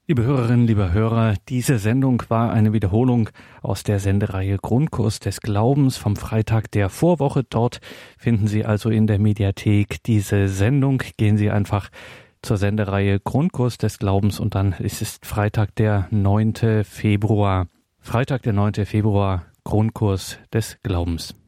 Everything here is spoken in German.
Liebe Hörerinnen, liebe Hörer, diese Sendung war eine Wiederholung aus der Sendereihe Grundkurs des Glaubens vom Freitag der Vorwoche. Dort finden Sie also in der Mediathek diese Sendung. Gehen Sie einfach zur Sendereihe Grundkurs des Glaubens und dann ist es Freitag der 9. Februar. Freitag der 9. Februar, Grundkurs des Glaubens.